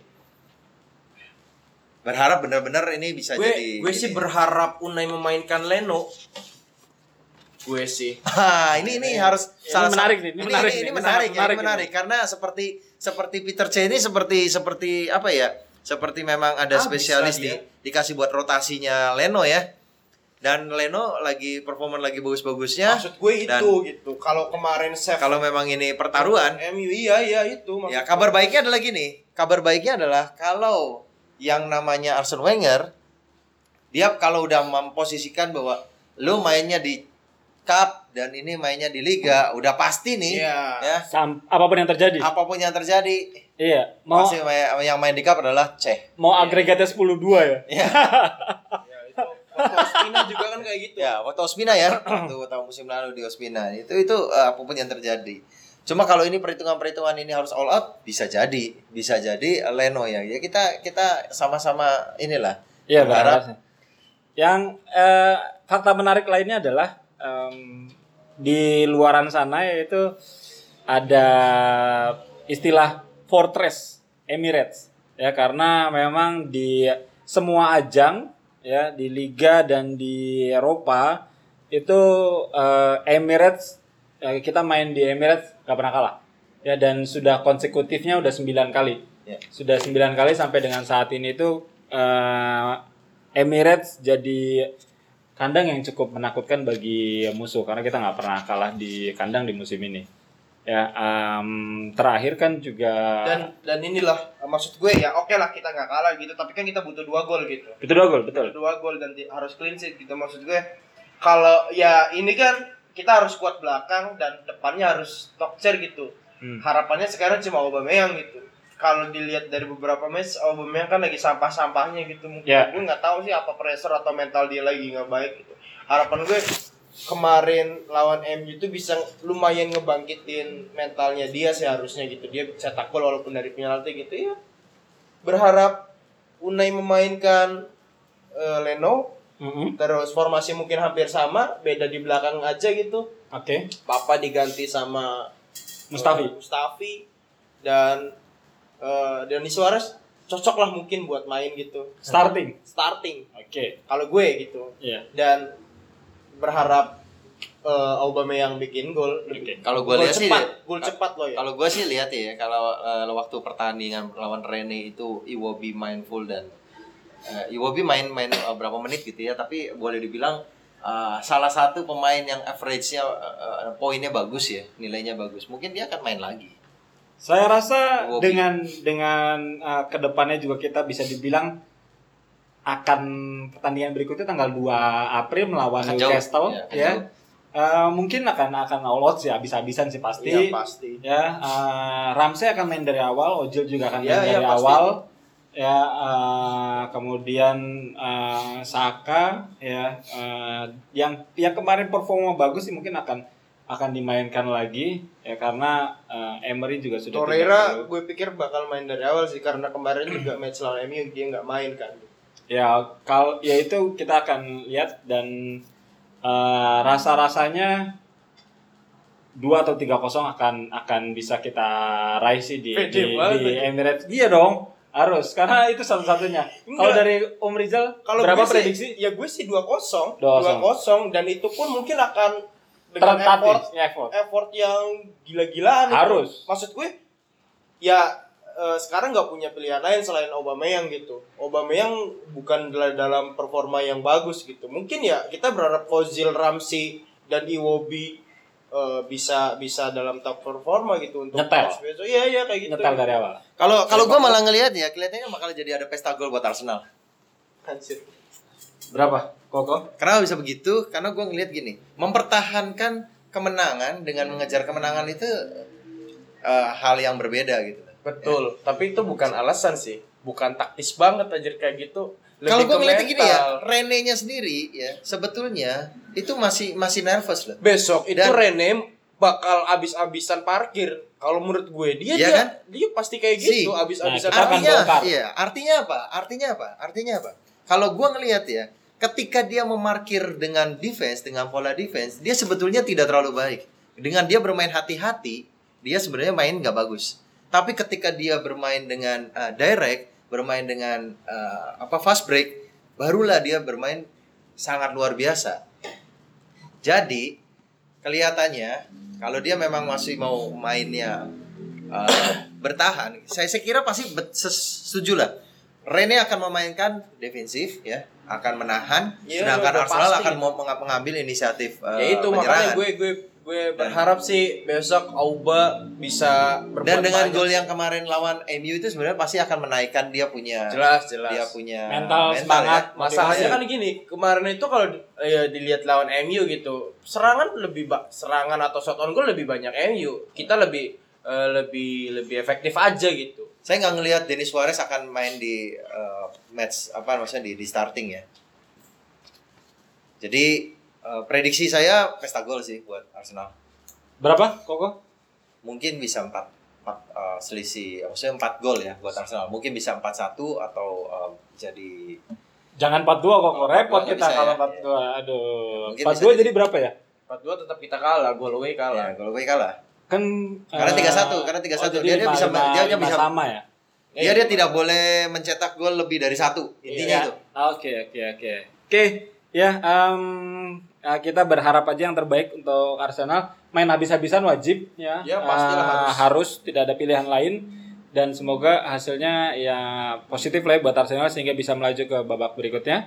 Berharap benar-benar ini bisa jadi. Gue sih berharap Unai memainkan Leno. Gue sih. Ini harus Ini menarik nih, ini menarik karena seperti Peter Cech ini seperti apa ya? Seperti memang ada spesialis dikasih buat rotasinya Leno ya. Dan Leno lagi performa lagi bagus-bagusnya. Maksud gue itu gitu. Kalau kemarin save Kalau memang ini pertaruhan, MU iya itu. ya kabar baiknya adalah gini. Kabar baiknya adalah kalau yang namanya Arsene Wenger, dia kalau udah memposisikan bahwa lu mainnya di Cup dan ini mainnya di Liga, udah pasti nih, ya. Apapun yang terjadi. Apapun yang terjadi, Iya. pasti yang main di Cup adalah Cech. Mau agregatnya 10-2 ya. Ya, Ya itu. Ospina juga kan kayak gitu. ya waktu Ospina ya, waktu tahun musim lalu di Ospina itu apapun yang terjadi. Cuma kalau ini perhitungan ini harus all out, bisa jadi Leno ya. Ya kita sama-sama inilah. Iya, berharap. Yang fakta menarik lainnya adalah di luaran sana yaitu ada istilah Fortress Emirates ya, karena memang di semua ajang ya di Liga dan di Eropa itu Emirates kita main di Emirates gak pernah kalah. Ya, dan sudah konsekutifnya udah 9 kali. Ya. Sudah 9 kali sampai dengan saat ini tuh Emirates jadi kandang yang cukup menakutkan bagi musuh karena kita nggak pernah kalah di kandang di musim ini. Ya, terakhir kan juga dan inilah maksud gue ya, oke lah kita nggak kalah gitu, tapi kan kita butuh 2 gol gitu. betul 2 gol, betul. Butuh 2 gol dan harus clean sheet gitu. Maksud gue kalau ya ini kan kita harus kuat belakang dan depannya harus tokcer gitu. Harapannya sekarang cuma Aubameyang gitu. Kalau dilihat dari beberapa match, Aubameyang kan lagi sampah-sampahnya gitu. Mungkin gue nggak tahu sih apa pressure atau mental dia lagi nggak baik gitu. Harapan gue kemarin lawan MU itu bisa lumayan ngebangkitin mentalnya dia seharusnya gitu. Dia cetak gol walaupun dari penalti gitu ya. Berharap Unai memainkan Leno. Terus formasi mungkin hampir sama, beda di belakang aja gitu. Oke. Papa diganti sama Mustafi dan Denis Suarez cocok lah mungkin buat main gitu. starting. Oke. Kalau gue gitu. Iya. Dan berharap Aubameyang bikin gol. Kalau gue lihat sih gol cepat loh ya. Kalau gue sih lihat ya, kalau waktu pertandingan lawan Rennes itu Iwobi main full dan Iwobi main berapa menit gitu ya, tapi boleh dibilang salah satu pemain yang average-nya poinnya bagus ya, nilainya bagus. Mungkin dia akan main lagi. Saya rasa Iwobi. dengan kedepannya juga kita bisa dibilang akan pertandingan berikutnya tanggal 2 April melawan Akan jauh. Newcastle Ya, mungkin akan all out sih, habis-habisan sih pasti. Iya, pasti. Ya, Ramsey akan main dari awal, Ozil juga akan main Iya, dari pasti. awal. Ya, kemudian Saka ya, yang kemarin performa bagus sih mungkin akan dimainkan lagi ya, karena Emery juga sudah Torreira gue pikir bakal main dari awal sih, karena kemarin juga match lawan MU dia nggak main kan. ya, itu kita akan lihat, dan rasa-rasanya 2 atau 3-0 akan bisa kita raih sih di Emirates. Iya dong, harus, karena itu satu-satunya. Kalau dari Om Rizal, Kalau berapa gue prediksi? Ya gue sih 2-0. 2-0. Dan itu pun mungkin akan dengan effort yang gila-gilaan. Harus. Maksud gue ya sekarang nggak punya pilihan lain selain Aubameyang gitu. Aubameyang bukan dalam performa yang bagus gitu. Mungkin ya kita berharap Ozil, Ramsey dan Iwobi bisa dalam top performa gitu untuk nyetel. Iya kayak gitu. Nyetel dari awal. Kalau gue malah ngelihat ya, kelihatannya bakal jadi ada pesta gol buat Arsenal. Anjir. Berapa? Koko? Kenapa bisa begitu? Karena gue ngelihat gini, mempertahankan kemenangan dengan mengejar kemenangan itu hal yang berbeda gitu. Betul, tapi itu bukan alasan sih. Bukan taktis banget aja kayak gitu. Kalau gue ngeliatnya gini ya, Rene-nya sendiri ya, sebetulnya itu masih nervous loh. Besok itu Dan- Rene bakal abis-abisan parkir. Kalau menurut gue dia Iya kan? dia pasti kayak gitu, Nah, abis-abisan kita akan parkir. bongkar. Artinya apa? Kalau gue ngelihat ya, ketika dia memarkir dengan defense, dengan pola defense, dia sebetulnya tidak terlalu baik. Dengan dia bermain hati-hati, dia sebenarnya main nggak bagus. Tapi ketika dia bermain dengan direct, bermain dengan fast break, barulah dia bermain sangat luar biasa. Jadi kelihatannya kalau dia memang masih mau mainnya bertahan, saya kira pasti setuju lah. Rene akan memainkan defensif ya, akan menahan, Iya, sedangkan udah Arsenal pasti. akan mengambil inisiatif Ya itu penyerangan. makanya gue berharap sih besok Auba bisa berbuat Dan dengan banyak. gol yang kemarin lawan MU itu sebenarnya pasti akan menaikkan dia punya jelas. dia punya Mental, semangat, ya. Masalahnya motivasi. kan gini, kemarin itu kalau dilihat lawan MU gitu, serangan atau shot on goal lebih banyak MU. Kita lebih efektif aja gitu. Saya nggak ngelihat Denis Suarez akan main di match maksudnya di starting ya. Jadi prediksi saya pesta gol sih buat Arsenal. Berapa, Koko? Mungkin bisa 4 selisih, maksudnya 4 gol ya buat Arsenal. Mungkin bisa 4-1 atau jadi Jangan 4-2, Koko. Repot 4-2 kita bisa kalau ya. 4-2. Aduh. Mungkin 4-2 bisa jadi berapa ya? 4-2 tetap kita kalah, gol away kalah. ya, gol away kalah. Kan Karena 3-1, karena 3-1. jadi Dia bisa lima bisa sama ya. dia tidak boleh mencetak gol lebih dari 1. Intinya itu. Oke. Ya, kita berharap aja yang terbaik untuk Arsenal. Main habis-habisan wajib ya. Ya, pastilah harus tidak ada pilihan lain dan semoga hasilnya ya positif lah ya buat Arsenal sehingga bisa melaju ke babak berikutnya.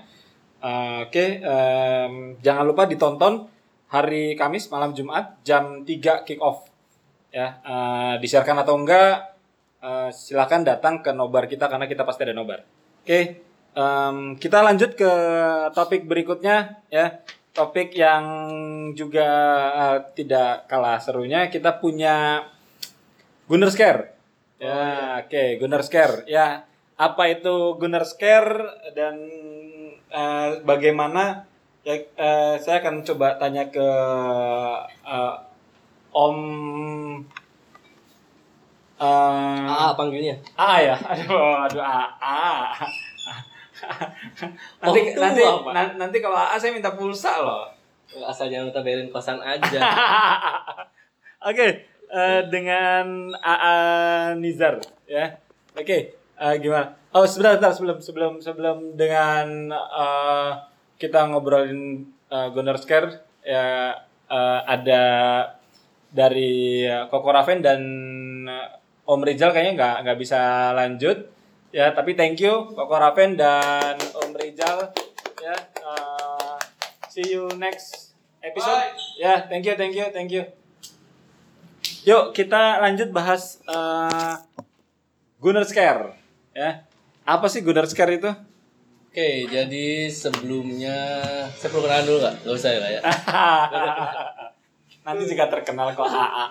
Jangan lupa ditonton hari Kamis malam Jumat jam 3 kick off ya. Disiarkan atau enggak silakan datang ke nobar kita karena kita pasti ada nobar. Kita lanjut ke topik berikutnya ya. Topik yang juga tidak kalah serunya, kita punya Gunners Care. Ya, Gunners Care. Ya, apa itu Gunners Care dan bagaimana? Ya, saya akan coba tanya ke Om panggilnya. Ya. Aduh nanti kalau AA saya minta pulsa loh. Asal jangan minta bayarin kosan aja. Dengan AA Nizar ya. Gimana? Oh, sebentar sebelum dengan kita ngobrolin Gunners Care ya, ada dari Koko Raven dan Om Rizal kayaknya nggak bisa lanjut. Ya, tapi thank you Koko Raven dan Om Rizal ya. See you next episode. Bye. Ya, thank you. Yuk, kita lanjut bahas Gunners Care ya. Apa sih Gunners Care itu? Oke, jadi sebelumnya saya perlu kenalan dulu nggak? Nggak usah ya. Nanti juga terkenal kok AA.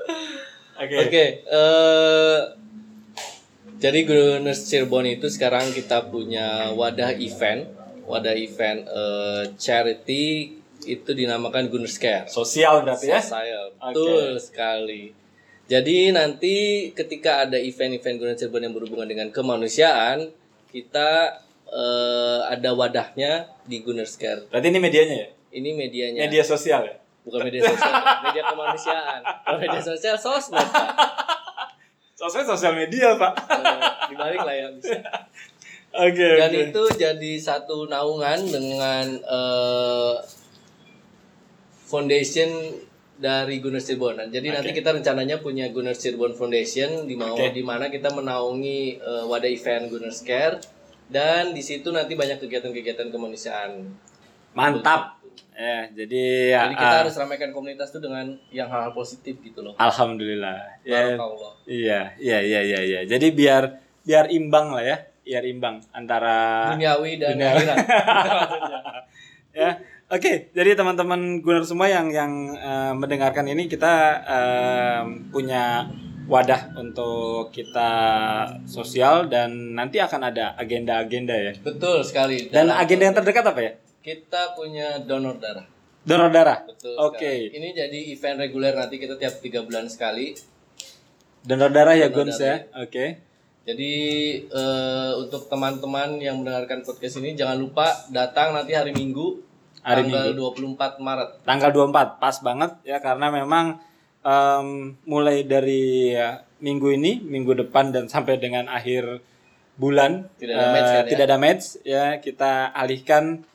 Jadi Gunners Cirebon itu sekarang kita punya wadah event charity itu dinamakan Gunners Care. Sosial berarti ya? Sosial, betul sekali. Jadi nanti ketika ada event-event Gunners Cirebon yang berhubungan dengan kemanusiaan, kita ada wadahnya di Gunners Care. Berarti ini medianya ya? Ini medianya. Media sosial ya? Bukan media sosial, media kemanusiaan. Kalau media sosial, sosmed, Pak. Sosial media, Pak. Dibalik lah ya bisa. Dan itu jadi satu naungan dengan foundation dari Gunners Cirebon. Jadi nanti kita rencananya punya Gunners Cirebon Foundation di mana kita menaungi wadah event Gunners Care dan di situ nanti banyak kegiatan-kegiatan kemanusiaan. Mantap. Jadi kita harus ramaikan komunitas itu dengan yang hal-hal positif gitu loh. Alhamdulillah. Iya. Jadi biar imbang lah ya. Biar imbang antara duniawi dan akhirat. Ya. Jadi teman-teman Gunners semua yang mendengarkan ini, kita punya wadah untuk kita sosial dan nanti akan ada agenda-agenda ya. Betul sekali. Dan agenda yang terdekat apa ya? Kita punya donor darah. Donor darah. Betul. Oke. Ini jadi event reguler nanti kita tiap 3 bulan sekali. Donor darah ya Guns ya. Oke. Jadi untuk teman-teman yang mendengarkan podcast ini jangan lupa datang nanti hari Minggu tanggal 24 Maret. Tanggal 24 pas banget ya karena memang mulai dari minggu ini, minggu depan dan sampai dengan akhir bulan tidak ada match ya, kita alihkan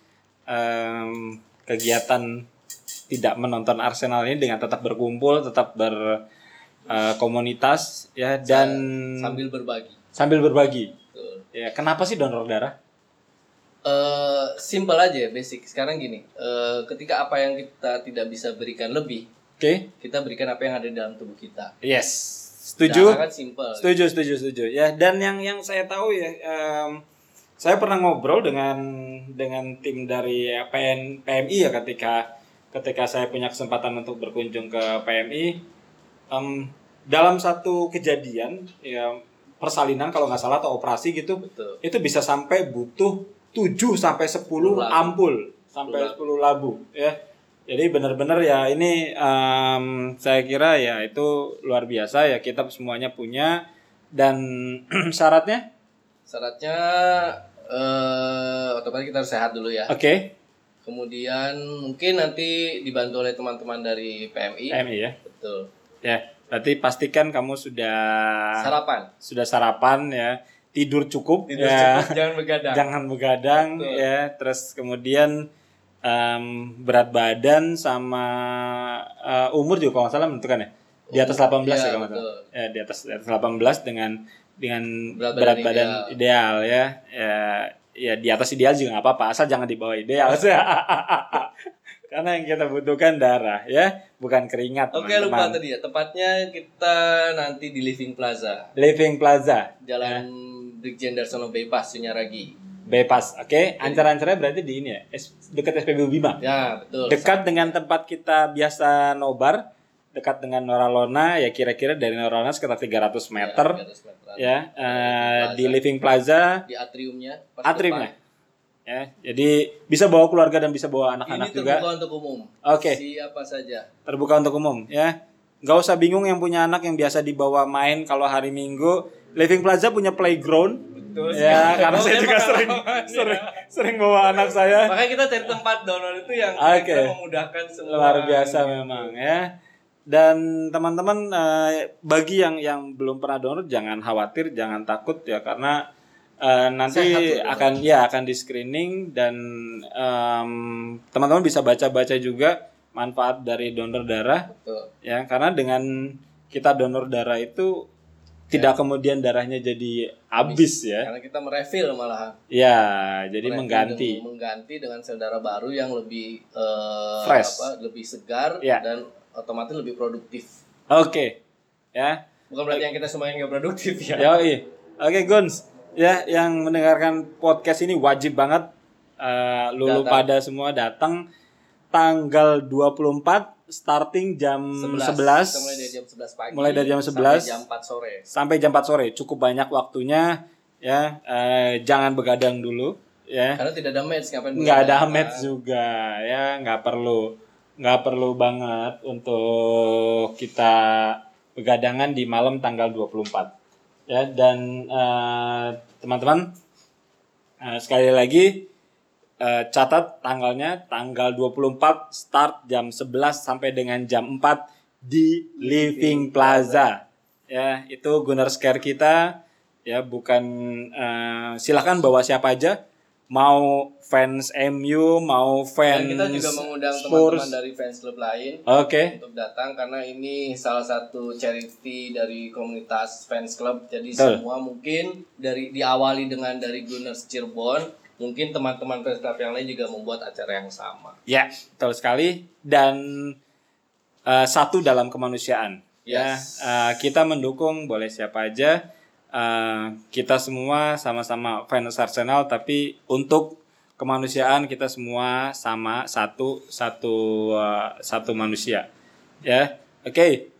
kegiatan tidak menonton Arsenal ini dengan tetap berkumpul, tetap berkomunitas ya dan sambil berbagi. Betul. Ya, kenapa sih donor darah? Simple aja, basic. Sekarang gini, ketika apa yang kita tidak bisa berikan lebih, kita berikan apa yang ada di dalam tubuh kita. Yes, setuju. Kan simple. Setuju. Ya, dan yang saya tahu ya, saya pernah ngobrol dengan tim dari PMI ya ketika saya punya kesempatan untuk berkunjung ke PMI. Dalam satu kejadian ya persalinan kalau nggak salah atau operasi gitu, betul, itu bisa sampai butuh 7 sampai 10 ampul sampai 10 labu ya. Jadi benar-benar ya ini saya kira ya itu luar biasa ya, kita semuanya punya. Dan syaratnya otomatis kita harus sehat dulu ya. Kemudian mungkin nanti dibantu oleh teman-teman dari PMI ya. Betul. Ya, berarti pastikan kamu sudah sarapan ya, tidur cukup, jangan begadang. Jangan begadang ya. Terus kemudian berat badan sama umur juga kalau nggak salah menentukan ya. Di atas 18 ya kalau nggak salah. Ya, di atas 18 dengan berat badan ideal ya. Ya di atas ideal juga nggak apa-apa, asal jangan di bawah ideal. Karena yang kita butuhkan darah ya, bukan keringat. Oke, lupa tadi ya. Tepatnya kita nanti di Living Plaza. Living Plaza. Jalan Brigjen Darsono Bypass Sunyaragi. Bypass. Oke. Ancar-ancarnya berarti di ini ya. Dekat SPBU Bima. Ya, betul. Dekat dengan tempat kita biasa nobar, dekat dengan Noralona ya, kira-kira dari Noralona sekitar 300 meter. Ya, di Living Plaza. Di atriumnya. Atriumnya. Ya, jadi bisa bawa keluarga dan bisa bawa anak-anak juga. Ini terbuka untuk umum. Oke. Siapa saja. Terbuka untuk umum ya. Nggak usah bingung yang punya anak yang biasa dibawa main kalau hari Minggu. Living Plaza punya playground. Betul. Ya, karena saya juga sering bawa anak saya. Makanya kita cari tempat donor itu yang memudahkan semua. Luar biasa memang ya. Dan teman-teman bagi yang belum pernah donor jangan khawatir, jangan takut ya, karena nanti akan di screening dan teman-teman bisa baca-baca juga manfaat dari donor darah. Betul. Ya, karena dengan kita donor darah itu tidak kemudian darahnya jadi habis ya. Karena kita merefill malahan. Ya, jadi mengganti dengan sel darah baru yang lebih fresh, lebih segar ya, dan otomatis lebih produktif. Oke. Ya. Bukan berarti yang kita semua yang nggak produktif ya. Yoi. Oke, Guns. Ya, yang mendengarkan podcast ini wajib banget lulu pada semua datang tanggal 24 starting jam 11. Mulai dari jam 11 pagi. Mulai dari jam 11 sampai jam 4 sore. Cukup banyak waktunya ya. Jangan begadang dulu ya. Karena tidak ada match, nggak ada match juga ya, nggak perlu banget untuk kita begadangan di malam tanggal 24. Ya, dan teman-teman sekali lagi catat tanggalnya, tanggal 24 start jam 11 sampai dengan jam 4 di Living Plaza. Ya, itu Gunners Care kita ya, bukan silakan bawa siapa aja. Mau fans MU, mau fans Spurs. Dan kita juga mengundang teman-teman dari fans klub lain untuk datang, karena ini salah satu charity dari komunitas fans club. Jadi semua mungkin diawali dari Gunners Cirebon, mungkin teman-teman fans club yang lain juga membuat acara yang sama. Ya, betul sekali. Dan satu dalam kemanusiaan. Yes. Ya, kita mendukung boleh siapa aja. Kita semua sama-sama fans Arsenal, tapi untuk kemanusiaan kita semua sama, satu manusia ya. Oke.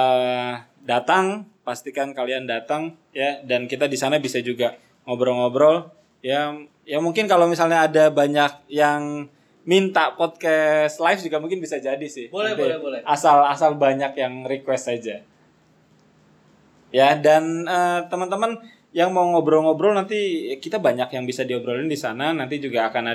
Datang, pastikan kalian datang ya, dan kita di sana bisa juga ngobrol-ngobrol ya. Ya mungkin kalau misalnya ada banyak yang minta podcast live juga mungkin bisa jadi sih. Boleh. Asal banyak yang request saja. Ya, dan teman-teman yang mau ngobrol-ngobrol, nanti kita banyak yang bisa diobrolin di sana. Nanti juga akan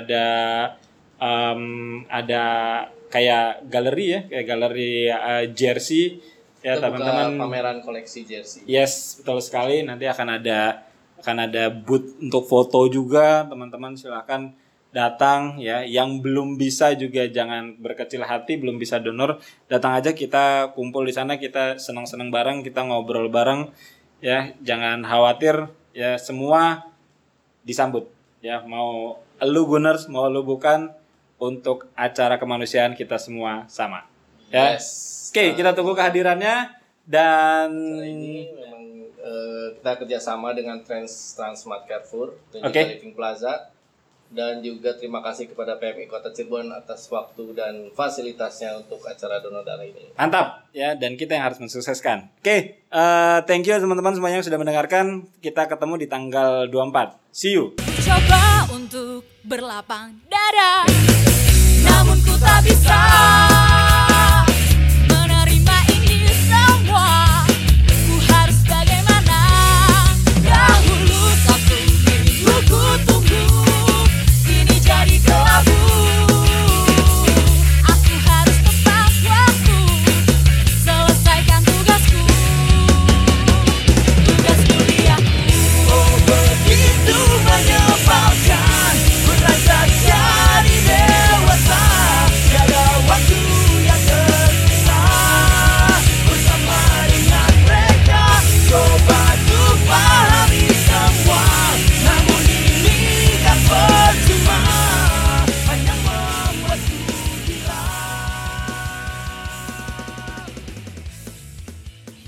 ada kayak galeri ya, kayak galeri jersey ya, teman-teman. Pameran koleksi jersey. Yes, betul sekali. Nanti akan ada booth untuk foto juga. Teman-teman silakan datang ya. Yang belum bisa juga jangan berkecil hati, belum bisa donor, datang aja, kita kumpul di sana, kita senang-senang bareng, kita ngobrol bareng ya. Jangan khawatir ya, semua disambut ya, mau lu Gunners mau lu bukan, untuk acara kemanusiaan kita semua sama ya. Yes. Oke, kita tunggu kehadirannya. Dan ini memang kita kerjasama dengan Transmart Carrefour dan juga Living Plaza. Dan juga terima kasih kepada PMI Kota Cirebon atas waktu dan fasilitasnya untuk acara donor darah ini. Mantap ya, dan kita yang harus mensukseskan. Oke, thank you teman-teman semuanya yang sudah mendengarkan. Kita ketemu di tanggal 24. See you. Coba untuk berlapang dada, namun ku tak bisa.